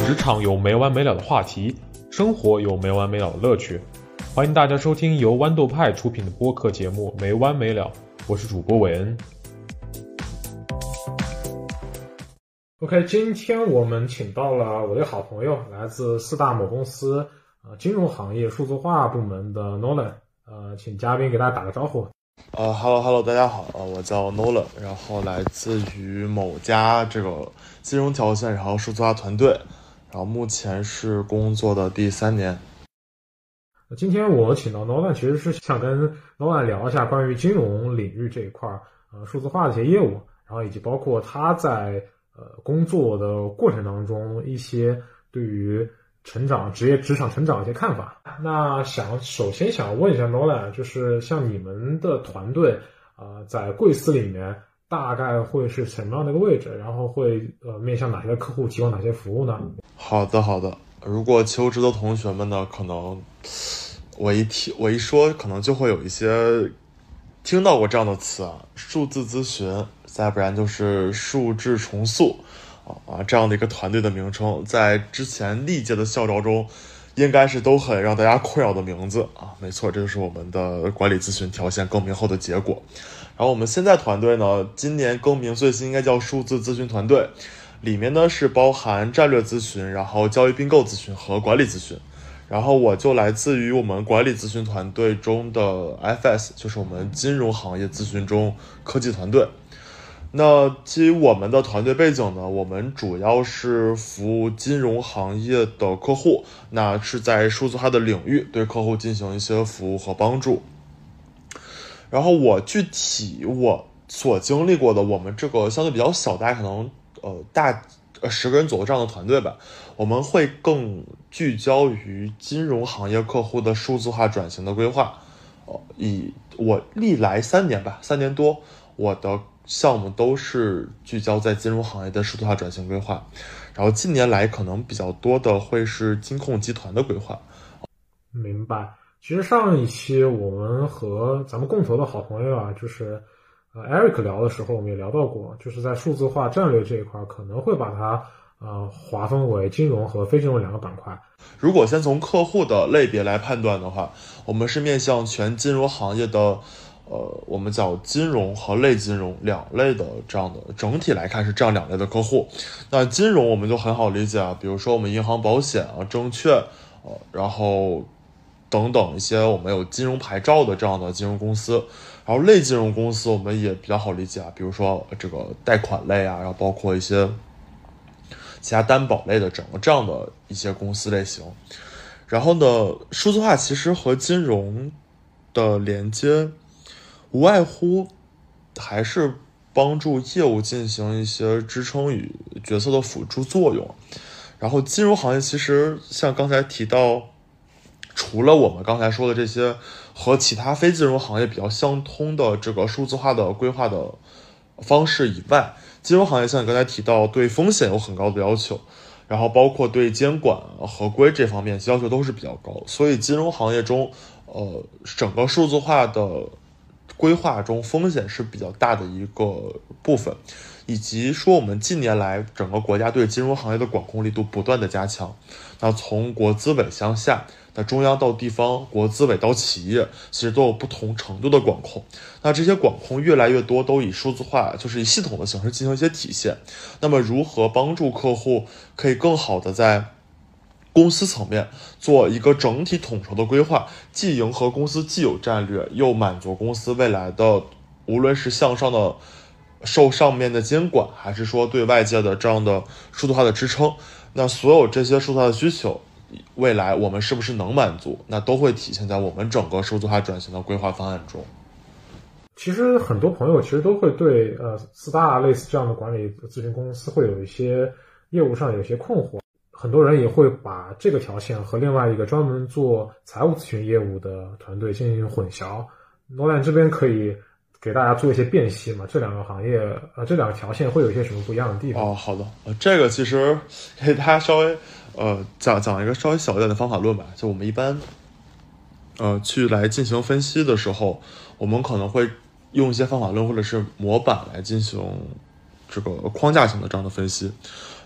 职场有没完没了的话题，生活有没完没了的乐趣。欢迎大家收听由豌豆派出品的播客节目《没完没了》，我是主播韦恩。OK， 今天我们请到了我的好朋友，来自四大某公司金融行业数字化部门的 Nolan，请嘉宾给大家打个招呼。 Hello， 大家好，我叫 Nolan， 然后来自于某家这个金融条线，然后数字化团队，然后目前是工作的第3年。 今天我请到 Nolan， 其实是想跟 Nolan 聊一下关于金融领域这一块数字化的一些业务，然后以及包括他在工作的过程当中一些对于职场成长一些看法。那首先想问一下 Nolan， 就是像你们的团队在贵司里面大概会是什么样的一个位置，然后会面向哪些客户提供哪些服务呢？ 好的，如果求职的同学们呢，可能我一说可能就会有一些听到过这样的词数字咨询，再不然就是数字重塑这样的一个团队的名称，在之前历届的校招中应该是都很让大家困扰的名字没错，这就是我们的管理咨询条线更名后的结果。然后我们现在团队呢，今年更名最新应该叫数字咨询团队，里面呢是包含战略咨询，然后交易并购咨询和管理咨询。然后我就来自于我们管理咨询团队中的 FS， 就是我们金融行业咨询中科技团队。那基于我们的团队背景呢，我们主要是服务金融行业的客户，那是在数字化的领域对客户进行一些服务和帮助。然后具体我所经历过的，我们这个相对比较小，大概可能10个人左右这样的团队吧，我们会更聚焦于金融行业客户的数字化转型的规划。以我历来3年多，我的项目都是聚焦在金融行业的数字化转型规划，然后近年来可能比较多的会是金控集团的规划。 明白。其实上一期我们和咱们共同的好朋友就是Eric 聊的时候，我们也聊到过，就是在数字化战略这一块可能会把它划分为金融和非金融2个板块。 如果先从客户的类别来判断的话，我们是面向全金融行业的我们叫金融和类金融2类的这样的，整体来看是这样2类的客户。那金融我们就很好理解比如说我们银行、保险证券然后等等一些我们有金融牌照的这样的金融公司。然后类金融公司我们也比较好理解比如说这个贷款类然后包括一些其他担保类的整个这样的一些公司类型。然后呢，数字化其实和金融的连接无外乎还是帮助业务进行一些支撑与决策的辅助作用。然后金融行业其实像刚才提到，除了我们刚才说的这些和其他非金融行业比较相通的这个数字化的规划的方式以外，金融行业像你刚才提到对风险有很高的要求，然后包括对监管合规这方面要求都是比较高，所以金融行业中整个数字化的规划中风险是比较大的一个部分。以及说我们近年来整个国家对金融行业的管控力度不断的加强，那从国资委向下，那中央到地方，国资委到企业，其实都有不同程度的管控。那这些管控越来越多都以数字化，就是以系统的形式进行一些体现。那么如何帮助客户可以更好的在公司层面做一个整体统筹的规划，既迎合公司既有战略，又满足公司未来的无论是向上的受上面的监管，还是说对外界的这样的数字化的支撑，那所有这些数字化的需求未来我们是不是能满足，那都会体现在我们整个数字化转型的规划方案中。 其实很多朋友其实都会对四大类似这样的管理咨询公司会有一些业务上有一些困惑，很多人也会把这个条线和另外一个专门做财务咨询业务的团队进行混淆。Nolan这边可以给大家做一些辨析嘛？这2个行业这2个条线会有一些什么不一样的地方？ 好的，这个其实给大家稍微讲一个稍微小一点的方法论吧。就我们一般去来进行分析的时候，我们可能会用一些方法论或者是模板来进行这个框架型的这样的分析。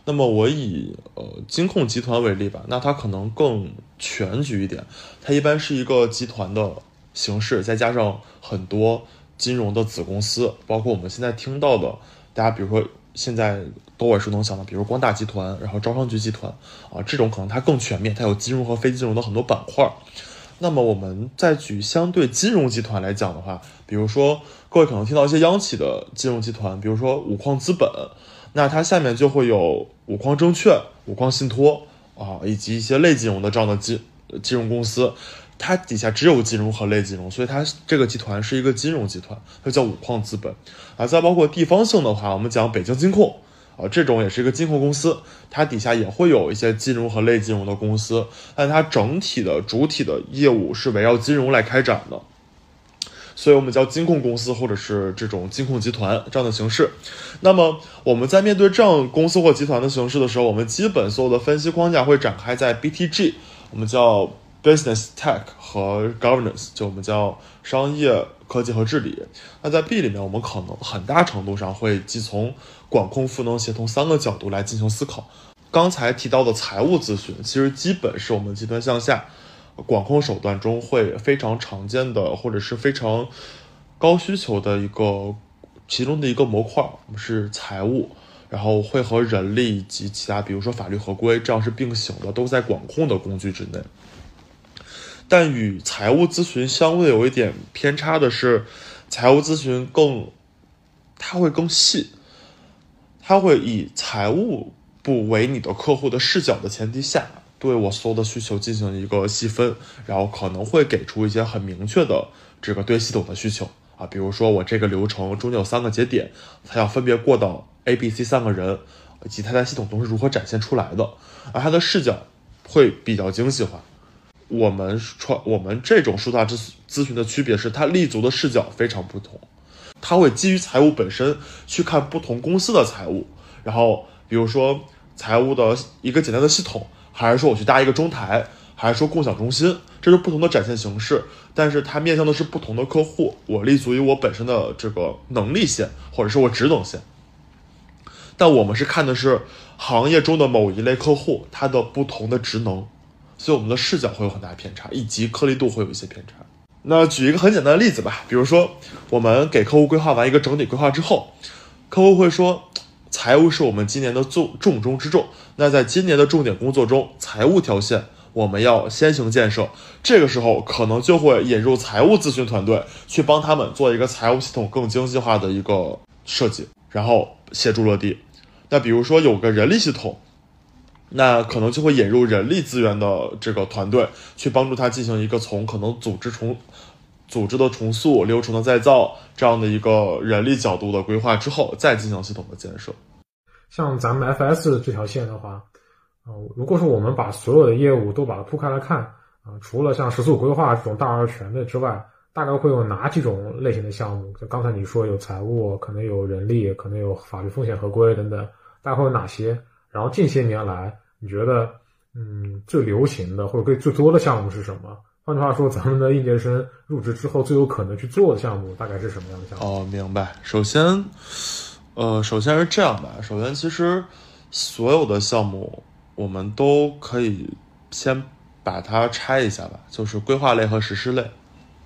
那么我以金控集团为例吧，那它可能更全局一点，它一般是一个集团的形式，再加上很多金融的子公司，包括我们现在听到的，大家比如说现在都耳熟能详的，比如光大集团，然后招商局集团啊，这种可能它更全面，它有金融和非金融的很多板块。那么我们再举相对金融集团来讲的话，比如说各位可能听到一些央企的金融集团，比如说五矿资本，那它下面就会有五矿证券、五矿信托啊，以及一些类金融的这样的金融公司，它底下只有金融和类金融，所以它这个集团是一个金融集团，它叫五矿资本啊。再包括地方性的话，我们讲北京金控啊，这种也是一个金控公司，它底下也会有一些金融和类金融的公司，但它整体的主体的业务是围绕金融来开展的。所以我们叫金控公司或者是这种金控集团这样的形式。那么我们在面对这样公司或集团的形式的时候，我们基本所有的分析框架会展开在 BTG， 我们叫 Business Tech 和 Governance， 就我们叫商业科技和治理。那在 B 里面，我们可能很大程度上会既从管控、赋能、协同3个角度来进行思考。刚才提到的财务咨询，其实基本是我们集团向下管控手段中会非常常见的，或者是非常高需求的其中的一个模块，我们是财务，然后会和人力以及其他，比如说法律合规，这样是并行的，都在管控的工具之内。但与财务咨询相对有一点偏差的是，财务咨询它会更细，它会以财务部为你的客户的视角的前提下，对我所有的需求进行一个细分，然后可能会给出一些很明确的这个对系统的需求啊，比如说我这个流程中间有3个节点，它要分别过到 A、B、C 3个人，以及它在系统中是如何展现出来的，而它的视角会比较精细化。我们这种数字化咨询的区别是，它立足的视角非常不同，它会基于财务本身去看不同公司的财务，然后比如说财务的一个简单的系统，还是说我去搭一个中台，还是说共享中心，这是不同的展现形式，但是它面向的是不同的客户，我立足于我本身的这个能力线，或者是我职能线。但我们是看的是行业中的某一类客户，它的不同的职能，所以我们的视角会有很大偏差，以及颗粒度会有一些偏差。那举一个很简单的例子吧，比如说我们给客户规划完一个整体规划之后，客户会说财务是我们今年的重中之重，那在今年的重点工作中，财务条线我们要先行建设，这个时候可能就会引入财务咨询团队去帮他们做一个财务系统更精细化的一个设计，然后协助落地。那比如说有个人力系统，那可能就会引入人力资源的这个团队去帮助他进行一个从可能组织的重塑、流程的再造这样的一个人力角度的规划之后，再进行系统的建设。 像咱们 FS 这条线的话，如果说我们把所有的业务都把它铺开来看，除了像时速规划这种大而全的之外，大概会有哪几种类型的项目？就刚才你说有财务，可能有人力，可能有法律风险合规等等，大概会有哪些？然后近些年来，你觉得最流行的或者最多的项目是什么？换句话说，咱们的应届生入职之后最有可能去做的项目大概是什么样的项目？ 明白。首先是这样吧。首先，其实所有的项目我们都可以先把它拆一下吧，就是规划类和实施类。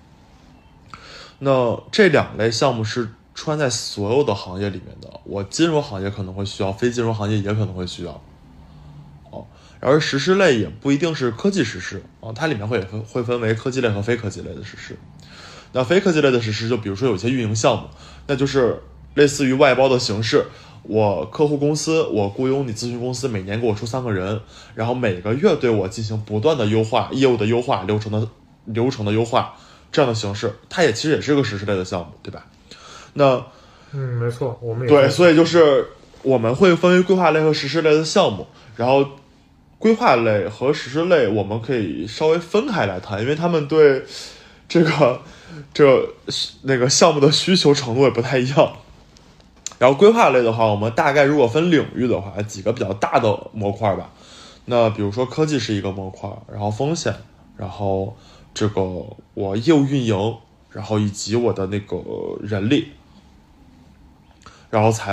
那这2类项目是穿在所有的行业里面的，我金融行业可能会需要，非金融行业也可能会需要。而实施类也不一定是科技实施它里面会分为科技类和非科技类的实施。那非科技类的实施，就比如说有些运营项目，那就是类似于外包的形式，我客户公司，我雇佣你咨询公司，每年给我出3个人，然后每个月对我进行不断的优化，业务的优化，流程的优化，这样的形式，它其实也是个实施类的项目，对吧？那没错，我们也对，所以就是我们会分为规划类和实施类的项目，然后规划类和实施类我们可以稍微分开来谈，因为他们对那个项目的需求程度也不太一样。然后规划类的话，我们大概如果分领域的话，几个比较大的模块吧。那比如说科技是一个模块，然后风险，然后这个我业务运营，然后以及我的那个人力，然后财务，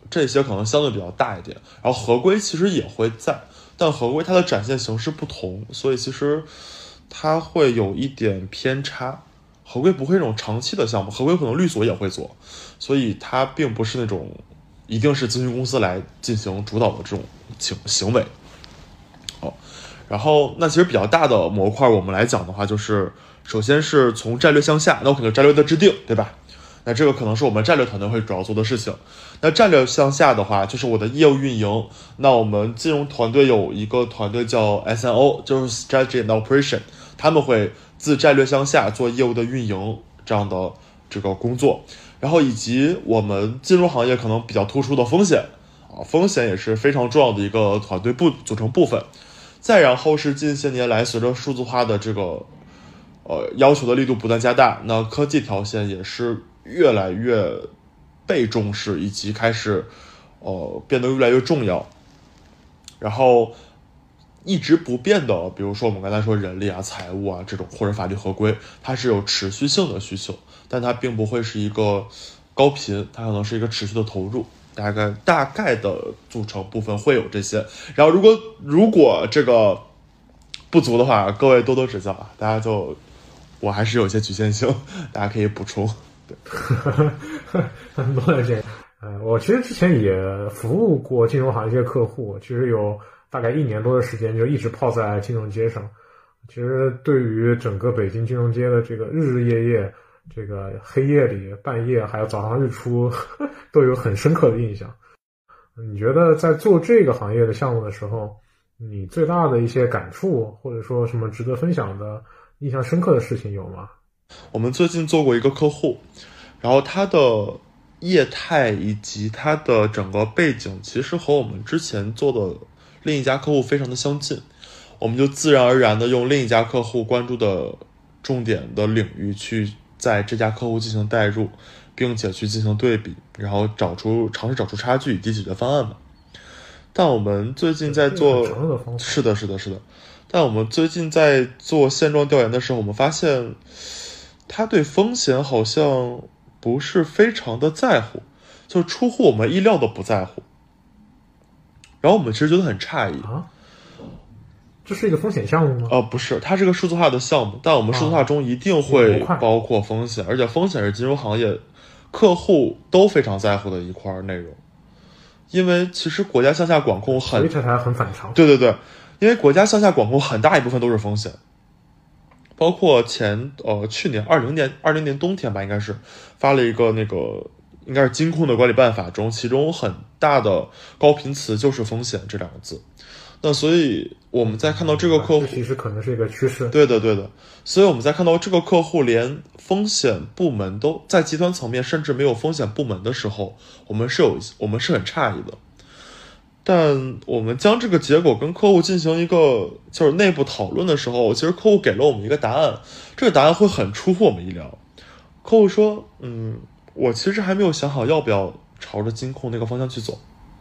这些可能相对比较大一点。然后合规其实也会在，但合规它的展现形式不同，所以其实它会有一点偏差。合规不会那种长期的项目，合规可能律所也会做，所以它并不是那种一定是咨询公司来进行主导的这种行为。然后那其实比较大的模块我们来讲的话，就是首先是从战略向下，那我肯定战略的制定，对吧？那这个可能是我们战略团队会主要做的事情。那战略向下的话，就是我的业务运营。那我们金融团队有一个团队叫 SNO， 就是 Strategy and Operation， 他们会自战略向下做业务的运营这样的这个工作。然后以及我们金融行业可能比较突出的风险风险也是非常重要的一个团队组成部分。再然后是近些年来随着数字化的这个要求的力度不断加大，那科技条线也是越来越被重视，以及开始变得越来越重要。然后一直不变的，比如说我们刚才说人力啊、财务啊这种，或者法律合规，它是有持续性的需求，但它并不会是一个高频，它可能是一个持续的投入。大概的组成部分会有这些，然后如果这个不足的话，各位多多指教啊！大家我还是有些局限性，大家可以补充。对， 多谢。我其实之前也服务过金融行业一些客户，其实有大概1年多的时间就一直泡在金融街上。其实对于整个北京金融街的这个日日夜夜，这个黑夜里、半夜还有早上日出都有很深刻的印象。你觉得在做这个行业的项目的时候，你最大的一些感触，或者说什么值得分享的印象深刻的事情有吗？ 我们最近做过一个客户，然后他的业态以及他的整个背景其实和我们之前做的另一家客户非常的相近，我们就自然而然的用另一家客户关注的重点的领域去在这家客户进行代入，并且去进行对比，然后尝试找出差距以及解决方案嘛。但我们最近在做，是的。但我们最近在做现状调研的时候，我们发现他对风险好像不是非常的在乎，就出乎我们意料的不在乎。然后我们其实觉得很诧异啊。这是一个风险项目吗？ 不是，它是个数字化的项目，但我们数字化中一定会包括风险，而且风险是金融行业客户都非常在乎的一块内容。因为其实国家向下管控所以这才很反常。 对，因为国家向下管控很大一部分都是风险，包括去年20年冬天吧，应该是发了一个那个应该是金控的管理办法中，其中很大的高频词就是风险这2个字。那所以我们在看到这个客户， 其实可能是一个趋势。 对的。所以我们在看到这个客户连风险部门都在集团层面甚至没有风险部门的时候，我们是很诧异的。但我们将这个结果跟客户进行一个就是内部讨论的时候，其实客户给了我们一个答案，这个答案会很出乎我们意料。客户说我其实还没有想好要不要朝着金控那个方向去走。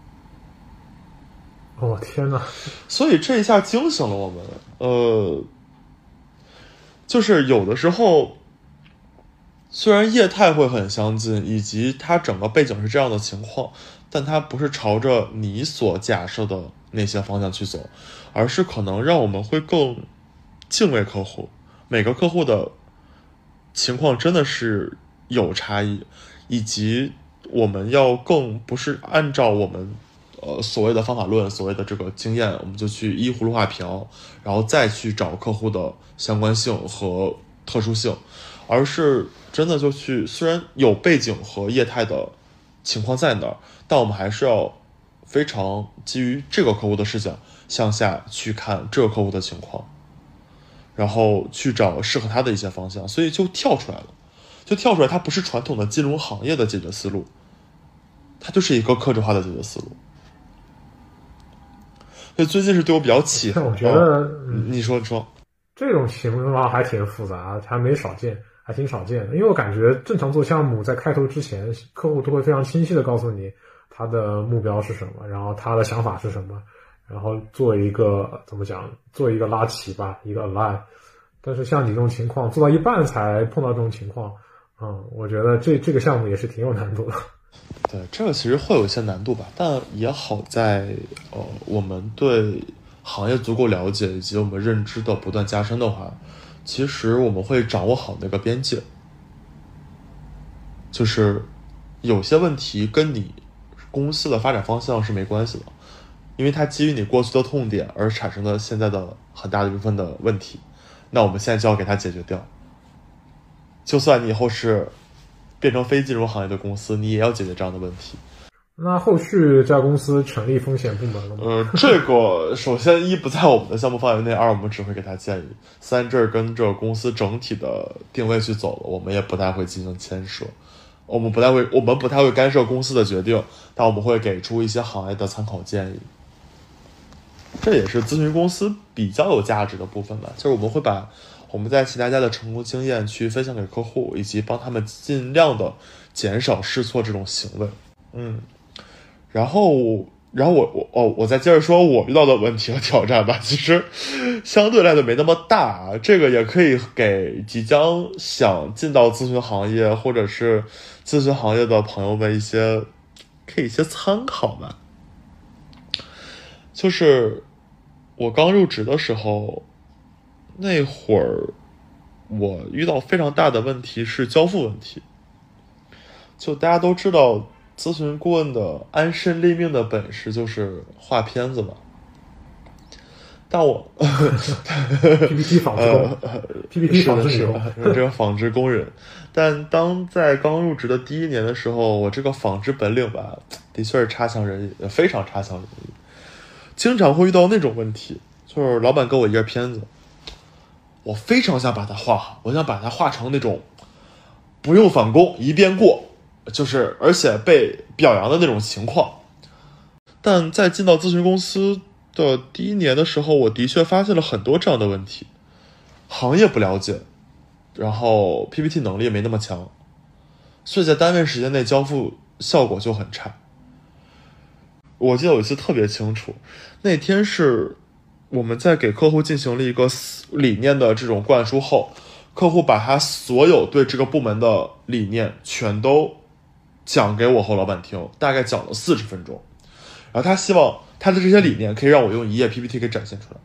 天哪！ 所以这一下惊醒了我们。就是有的时候虽然业态会很相近，以及它整个背景是这样的情况，但它不是朝着你所假设的那些方向去走，而是可能让我们会更敬畏客户。每个客户的情况真的是有差异，以及我们要更不是按照我们所谓的方法论，所谓的这个经验，我们就去依葫芦画瓢，然后再去找客户的相关性和特殊性，而是真的就去，虽然有背景和业态的情况在那儿，但我们还是要非常基于这个客户的视角向下去看这个客户的情况，然后去找适合他的一些方向，所以就跳出来它不是传统的金融行业的解决思路，它就是一个客制化的解决思路。所以最近是对我比较启发。 我觉得你说这种情况还挺复杂，还挺少见的。因为我感觉正常做项目在开头之前，客户都会非常清晰的告诉你他的目标是什么，然后他的想法是什么，然后做一个拉齐吧，一个 align。但是像你这种情况做到一半才碰到这种情况，我觉得这个项目也是挺有难度的。 对，这个其实会有一些难度吧，但也好在我们对行业足够了解，以及我们认知的不断加深的话，其实我们会掌握好那个边界。就是有些问题跟你公司的发展方向是没关系的，因为它基于你过去的痛点而产生的现在的很大的一部分的问题，那我们现在就要给它解决掉。就算你以后是变成非金融行业的公司，你也要解决这样的问题。 那后续这家公司成立风险部门了吗？ 这个首先一不在我们的项目范围内，二我们只会给他建议，三这跟这公司整体的定位去走了，我们也不太会进行牵涉。我们不太会干涉公司的决定，但我们会给出一些行业的参考建议。这也是咨询公司比较有价值的部分吧，就是我们会把我们在其他家的成功经验去分享给客户，以及帮他们尽量的减少试错这种行为。然后我再接着说我遇到的问题和挑战吧，其实相对来说没那么大，这个也可以给即将想进到咨询行业或者是咨询行业的朋友们一些参考吧。就是我刚入职的时候，那会儿我遇到非常大的问题是交付问题。就大家都知道咨询顾问的安身立命的本事就是画片子嘛，但我 PPT 纺织工，PPT 纺织是这个纺织工人。但当在刚入职的第一年的时候，我这个纺织本领吧，的确是差强人意，非常差强人意。经常会遇到那种问题，就是老板给我一页片子，我非常想把它画好，我想把它画成那种不用返工一遍过，就是而且被表扬的那种情况。但在进到咨询公司的第一年的时候，我的确发现了很多这样的问题，行业不了解，然后 PPT 能力也没那么强，所以在单位时间内交付效果就很差。我记得有一次特别清楚，那天是我们在给客户进行了一个理念的这种灌输后，客户把他所有对这个部门的理念全都讲给我和老板听，大概讲了40分钟，然后他希望他的这些理念可以让我用一页 PPT 给展现出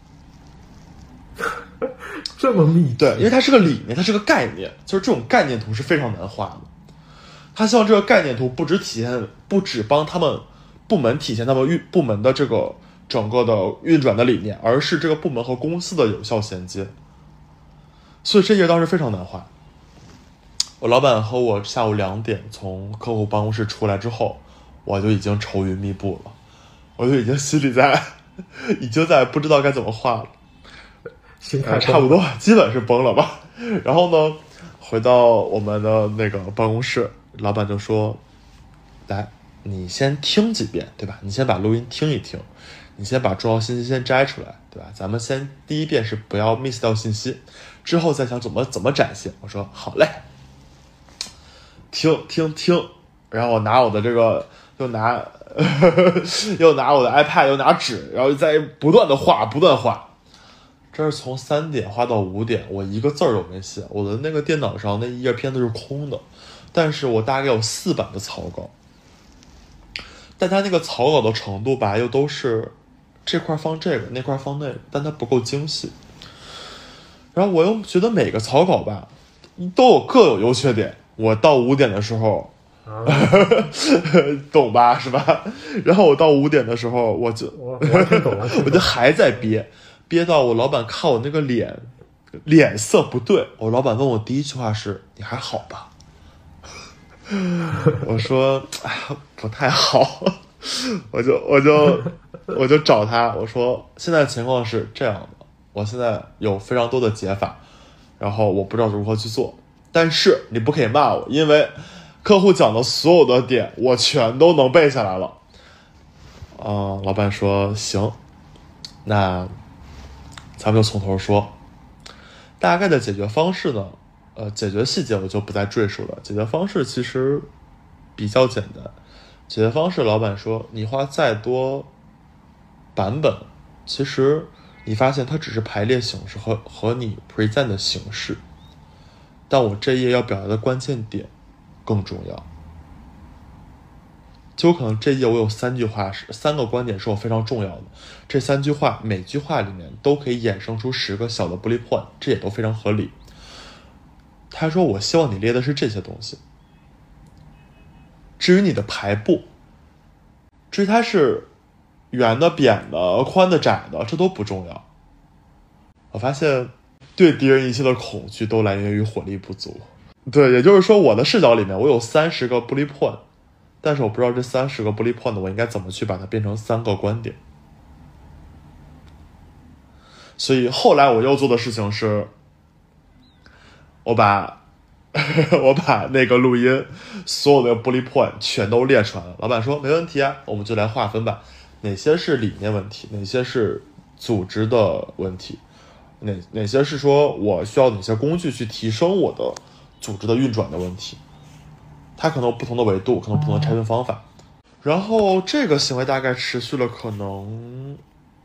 来。这么密集？ 对，因为它是个理念，它是个概念，就是这种概念图是非常难画的。他希望这个概念图不只帮他们部门体现他们部门的这个整个的运转的理念，而是这个部门和公司的有效衔接。所以这页当时非常难画。我老板和我下午2点从客户办公室出来之后，我就已经愁云密布了，我就已经心里已经在不知道该怎么画了， 心态差不多基本是崩了吧。然后呢，回到我们的那个办公室，老板就说：“来，你先听几遍，对吧？你先把录音听一听，你先把重要信息先摘出来，对吧？咱们先第一遍是不要 miss 掉信息，之后再想怎么展现。”我说：“好嘞。”听，然后我拿我的这个又拿我的 iPad， 又拿纸，然后再不断画。这是从3点画到5点，我一个字儿都没写。我的那个电脑上那一页片子是空的，但是我大概有4版的草稿，但它那个草稿的程度吧，又都是这块放这个，那块放那个，但它不够精细。然后我又觉得每个草稿吧，都各有优缺点。我到5点的时候，懂吧，是吧？然后我到5点的时候，我就还在憋到我老板看我那个脸色不对，我老板问我第一句话是：“你还好吧？”我说：“哎呀，不太好。”我就找他，我说：“现在情况是这样的，我现在有非常多的解法，然后我不知道如何去做，但是你不可以骂我，因为客户讲的所有的点我全都能背下来了。”老板说：“行，那咱们就从头说。大概的解决方式呢，解决细节我就不再赘述了。解决方式其实比较简单。解决方式，老板说你画再多版本，其实你发现它只是排列形式和你 present 的形式，但我这页要表达的关键点更重要。 就有可能这页我有3个观点是我非常重要的，这3句话每句话里面都可以衍生出10个小的 bullet point， 这也都非常合理。他说我希望你列的是这些东西，至于你的排布，至于它是圆的、扁的、宽的、窄的，这都不重要。我发现对敌人一切的恐惧都来源于火力不足。对，也就是说我的视角里面我有30个 bullet point， 但是我不知道这30个 bullet point 我应该怎么去把它变成3个观点。所以后来我又做的事情是，我把那个录音所有的 bullet point 全都列出来了。老板说没问题啊，我们就来划分吧，哪些是理念问题，哪些是组织的问题，哪些是说我需要哪些工具去提升我的组织的运转的问题，它可能有不同的维度，可能不同的拆分方法。然后这个行为大概持续了可能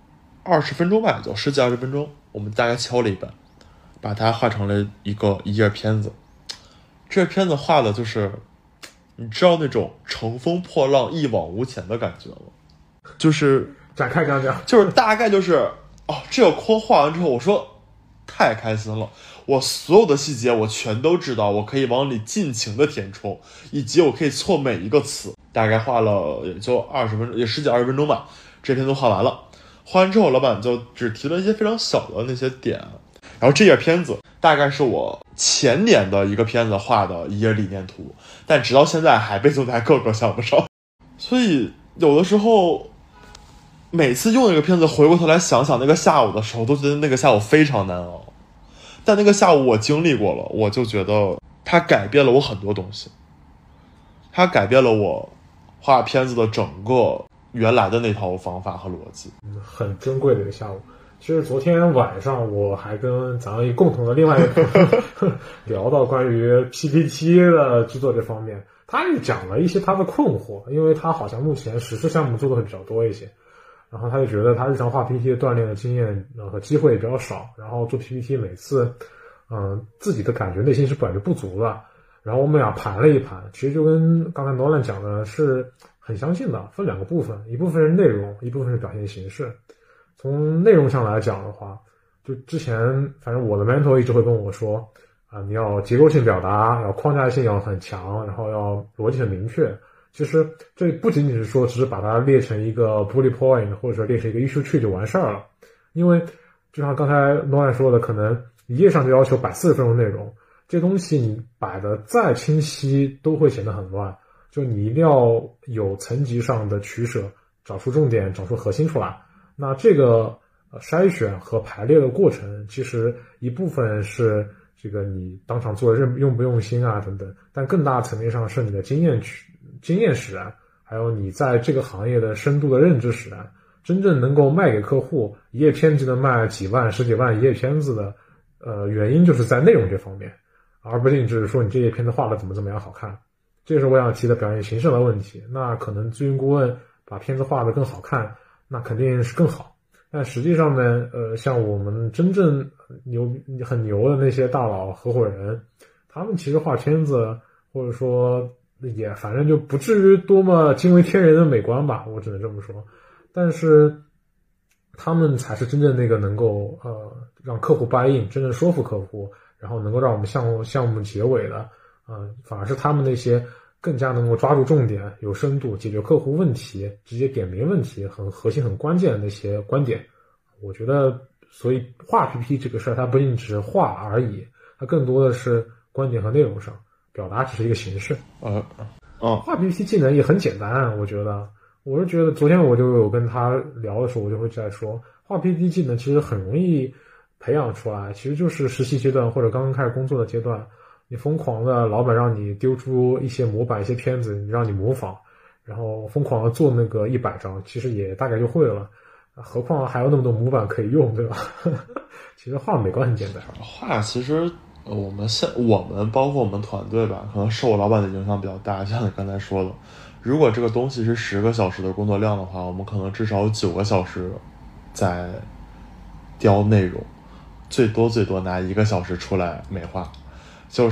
20分钟吧，就10几20分钟，我们大概敲了一半，把它画成了一页片子。这片子画的就是，你知道那种乘风破浪一往无前的感觉吗？就是展开讲讲， 就是大概就是这个框画完之后，我说太开心了，我所有的细节我全都知道，我可以往里尽情的填充，以及我可以错每一个词。大概画了也就20分钟，也10几20分钟吧，这篇都画完了。画完之后，老板就只提了一些非常小的那些点。然后这页片子大概是我前年的一个片子画的一页理念图，但直到现在还被用在各个项目上。所以有的时候每次用那个片子回过头来想想那个下午的时候，都觉得那个下午非常难熬。但那个下午我经历过了，我就觉得它改变了我很多东西，它改变了我画片子的整个原来的那套方法和逻辑。 很珍贵的一个下午。其实昨天晚上我还跟咱们共同的另外一个朋友聊到关于 PPT 的制作这方面，他也讲了一些他的困惑，因为他好像目前实施项目做的会比较多一些，然后他就觉得他日常画 PPT 锻炼的经验和机会也比较少，然后做 PPT 每次自己的感觉内心是感觉不足的。然后我们俩盘了一盘，其实就跟刚才Nolan讲的是很相近的，分2个部分，一部分是内容，一部分是表现形式。从内容上来讲的话，就之前反正我的 mentor 一直会跟我说你要结构性表达，要框架性要很强，然后要逻辑很明确。其实这不仅仅是说只是把它列成一个 bullet point 或者说列成一个 issue tree 就完事儿了，因为就像刚才 Nolan 说的，可能一页上就要求摆40分钟内容，这东西你摆的再清晰都会显得很乱，就你一定要有层级上的取舍，找出重点，找出核心出来。那这个筛选和排列的过程，其实一部分是这个你当场做的用不用心啊等等，但更大层面上是你的经验使然，还有你在这个行业的深度的认知使然。真正能够卖给客户一页片就能卖几万10几万一页片子的原因就是在内容这方面，而不仅只是说你这页片子画的怎么样好看。这是我想提的表现形式的问题。那可能咨询顾问把片子画得更好看，那肯定是更好，但实际上呢像我们真正很牛的那些大佬合伙人，他们其实画片子或者说也反正就不至于多么惊为天人的美观吧，我只能这么说。但是他们才是真正那个能够让客户buy in，真正说服客户，然后能够让我们项目结尾的反而是他们那些更加能够抓住重点，有深度，解决客户问题，直接点名问题，很核心很关键的那些观点。我觉得所以画 PPT 这个事儿它不仅只是画而已，它更多的是观点和内容上，表达只是一个形式。画 PPT 技能也很简单，我觉得昨天我就有跟他聊的时候，我就会在说画 PPT 技能其实很容易培养出来，其实就是实习阶段或者刚刚开始工作的阶段，你疯狂的老板让你丢出一些模板一些片子让你模仿，然后疯狂的做那个100张，其实也大概就会了，何况还有那么多模板可以用，对吧？其实画美观很简单。 画其实我们包括我们团队吧，可能受我老板的影响比较大，像你刚才说的，如果这个东西是10个小时的工作量的话，我们可能至少有9个小时在雕内容，最多拿1个小时出来美化。就是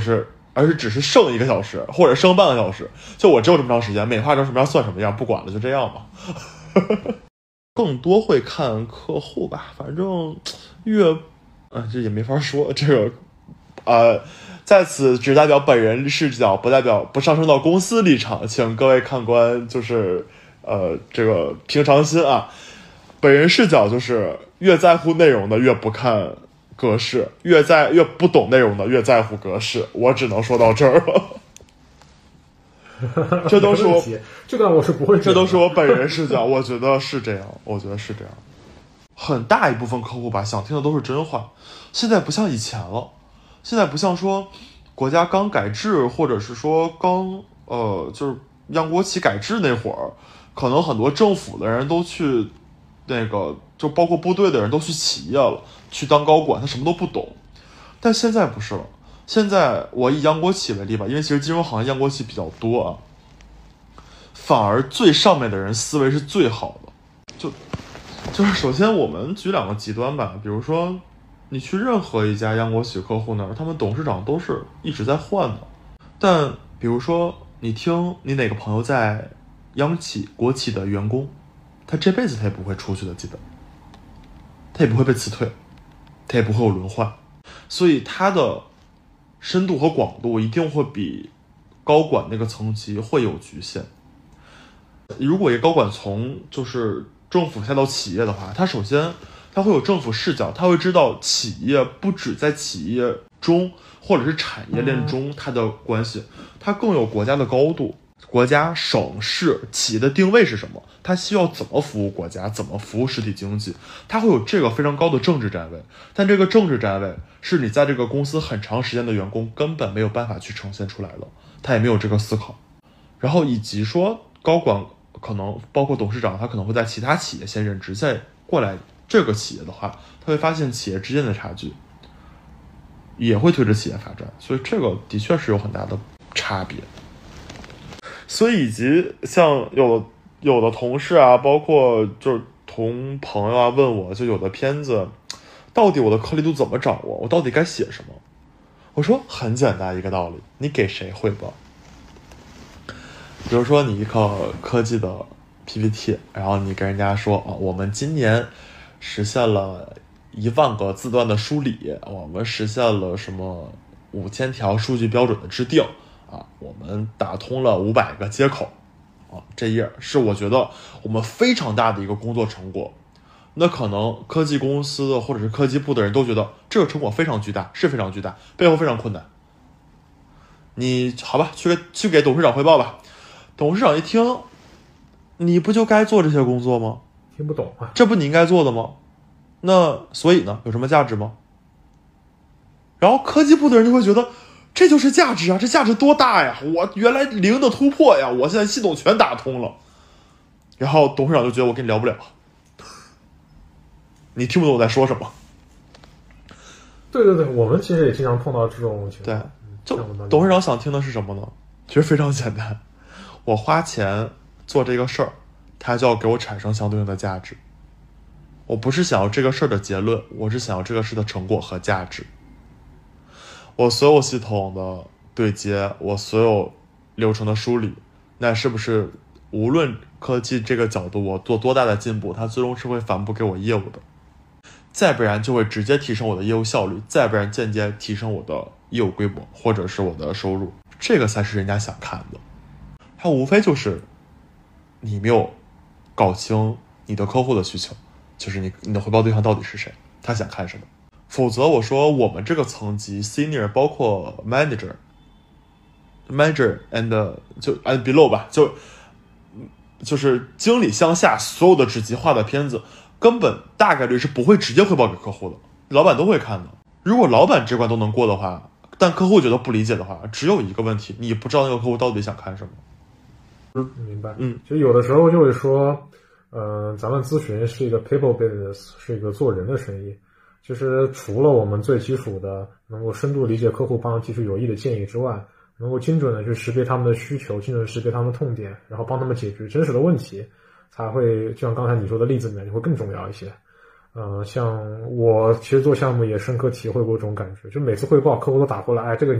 而是只是剩1个小时或者剩半个小时，就我只有这么长时间，美化成什么样算什么样，不管了，就这样吧。更多会看客户吧，反正这也没法说，这个在此只代表本人视角，不上升到公司立场，请各位看官就是这个平常心啊。本人视角就是越在乎内容的越不看格式，越不懂内容的越在乎格式，我只能说到这儿了。这都是我这段我是不会， 这都是我本人视角，我觉得是这样，很大一部分客户吧，想听的都是真话。现在不像以前了，现在不像说国家刚改制，或者是说刚就是央国企改制那会儿，可能很多政府的人都去那个，就包括部队的人都去企业了，去当高管，他什么都不懂。但现在不是了，现在我以央国企为例吧，因为其实金融行业央国企比较多啊，反而最上面的人思维是最好的。就是首先我们举2个极端吧，比如说你去任何一家央国企客户那儿，他们董事长都是一直在换的。但比如说你听你哪个朋友在央企、国企的员工，他这辈子他也不会出去的，记得，他也不会被辞退，他也不会有轮换，所以他的深度和广度一定会比高管那个层级会有局限。如果一个高管从就是政府下到企业的话，他首先他会有政府视角，他会知道企业不止在企业中或者是产业链中它的关系，它更有国家的高度，国家、省市、企业的定位是什么，它需要怎么服务国家，怎么服务实体经济，它会有这个非常高的政治站位。但这个政治站位是你在这个公司很长时间的员工根本没有办法去呈现出来的，他也没有这个思考。然后以及说高管可能包括董事长，他可能会在其他企业先任职，再过来这个企业的话，他会发现企业之间的差距，也会推着企业发展，所以这个的确是有很大的差别。所以以及像有的同事啊，包括就是同朋友啊问我，就有的片子到底我的颗粒度怎么掌握，我到底该写什么？我说很简单一个道理，你给谁汇报？比如说你一个科技的 PPT， 然后你跟人家说我们今年实现了10000个字段的梳理，我们实现了什么5000条数据标准的制定啊，我们打通了500个接口啊，这页是我觉得我们非常大的一个工作成果。那可能科技公司的或者是科技部的人都觉得这个成果非常巨大，是非常巨大，背后非常困难。你好吧，去给董事长汇报吧。董事长一听，你不就该做这些工作吗？ 听不懂啊， 这不你应该做的吗？那所以呢，有什么价值吗？然后科技部的人就会觉得这就是价值啊，这价值多大呀，我原来0的突破呀，我现在系统全打通了。然后董事长就觉得我跟你聊不了，你听不懂我在说什么。 对，我们其实也经常碰到这种情况。 对，就董事长想听的是什么呢？其实非常简单，我花钱做这个事儿，他就要给我产生相对应的价值。我不是想要这个事儿的结论，我是想要这个事的成果和价值。我所有系统的对接，我所有流程的梳理，那是不是无论科技这个角度我做多大的进步，它最终是会反哺给我业务的，再不然就会直接提升我的业务效率，再不然间接提升我的业务规模或者是我的收入，这个才是人家想看的。它无非就是你没有搞清你的客户的需求，就是你的汇报对象到底是谁，他想看什么。否则我说我们这个层级 senior 包括 manager and 就 and below 吧，就是经理向下所有的职级化的片子，根本大概率是不会直接汇报给客户的，老板都会看的。如果老板这关都能过的话，但客户觉得不理解的话，只有一个问题，你不知道那个客户到底想看什么。 明白。就有的时候就会说，咱们咨询是一个 people business， 是一个做人的生意。其实除了我们最基础的能够深度理解客户，帮他提出有益的建议之外，能够精准的去识别他们的需求，精准识别他们的痛点，然后帮他们解决真实的问题，才会就像刚才你说的例子里面就会更重要一些。像我其实做项目也深刻体会过这种感觉，就每次汇报客户都打过来，这个你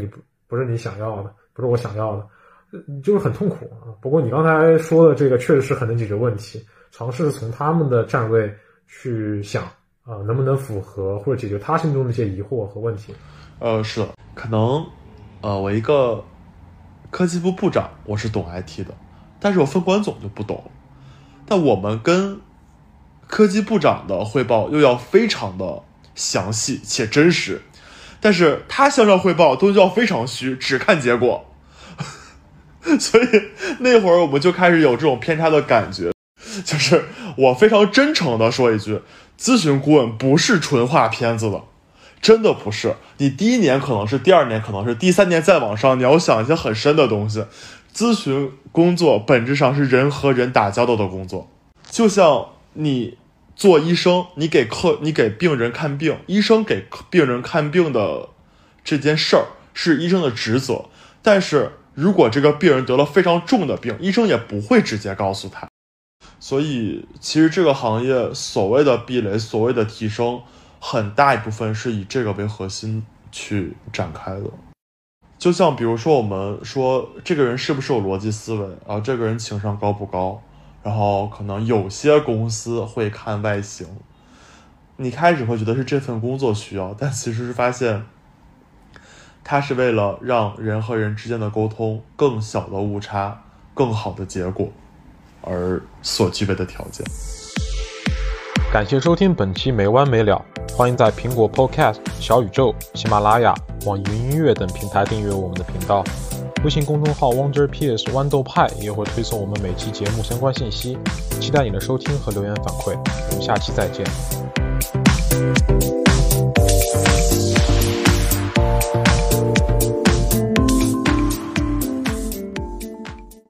不是你想要的，不是我想要的，就是很痛苦啊。不过你刚才说的这个确实是很能解决问题，尝试从他们的站位去想能不能符合或者解决他心中的一些疑惑和问题。 是的，可能我一个科技部部长我是懂 IT 的，但是我分管总就不懂了。但我们跟科技部长的汇报又要非常的详细且真实，但是他向上汇报都要非常虚，只看结果。所以那会儿我们就开始有这种偏差的感觉，就是我非常真诚的说一句，咨询顾问不是纯画片子的，真的不是。你第一年可能是，第二年可能是，第三年再往上，你要想一些很深的东西。咨询工作本质上是人和人打交道的工作，就像你做医生，你给病人看病，医生给病人看病的这件事儿是医生的职责，但是如果这个病人得了非常重的病，医生也不会直接告诉他。所以其实这个行业所谓的壁垒，所谓的提升，很大一部分是以这个为核心去展开的。就像比如说我们说这个人是不是有逻辑思维啊，这个人情商高不高，然后可能有些公司会看外形，你开始会觉得是这份工作需要，但其实是发现它是为了让人和人之间的沟通更小的误差，更好的结果而所具备的条件。 感谢收听本期没完没了，欢迎在苹果 Podcast、 小宇宙、喜马拉雅、网易云音乐等平台订阅我们的频道。微信公众号 WonderPS 豌豆派也会推送我们每期节目相关信息，期待你的收听和留言反馈，我们下期再见。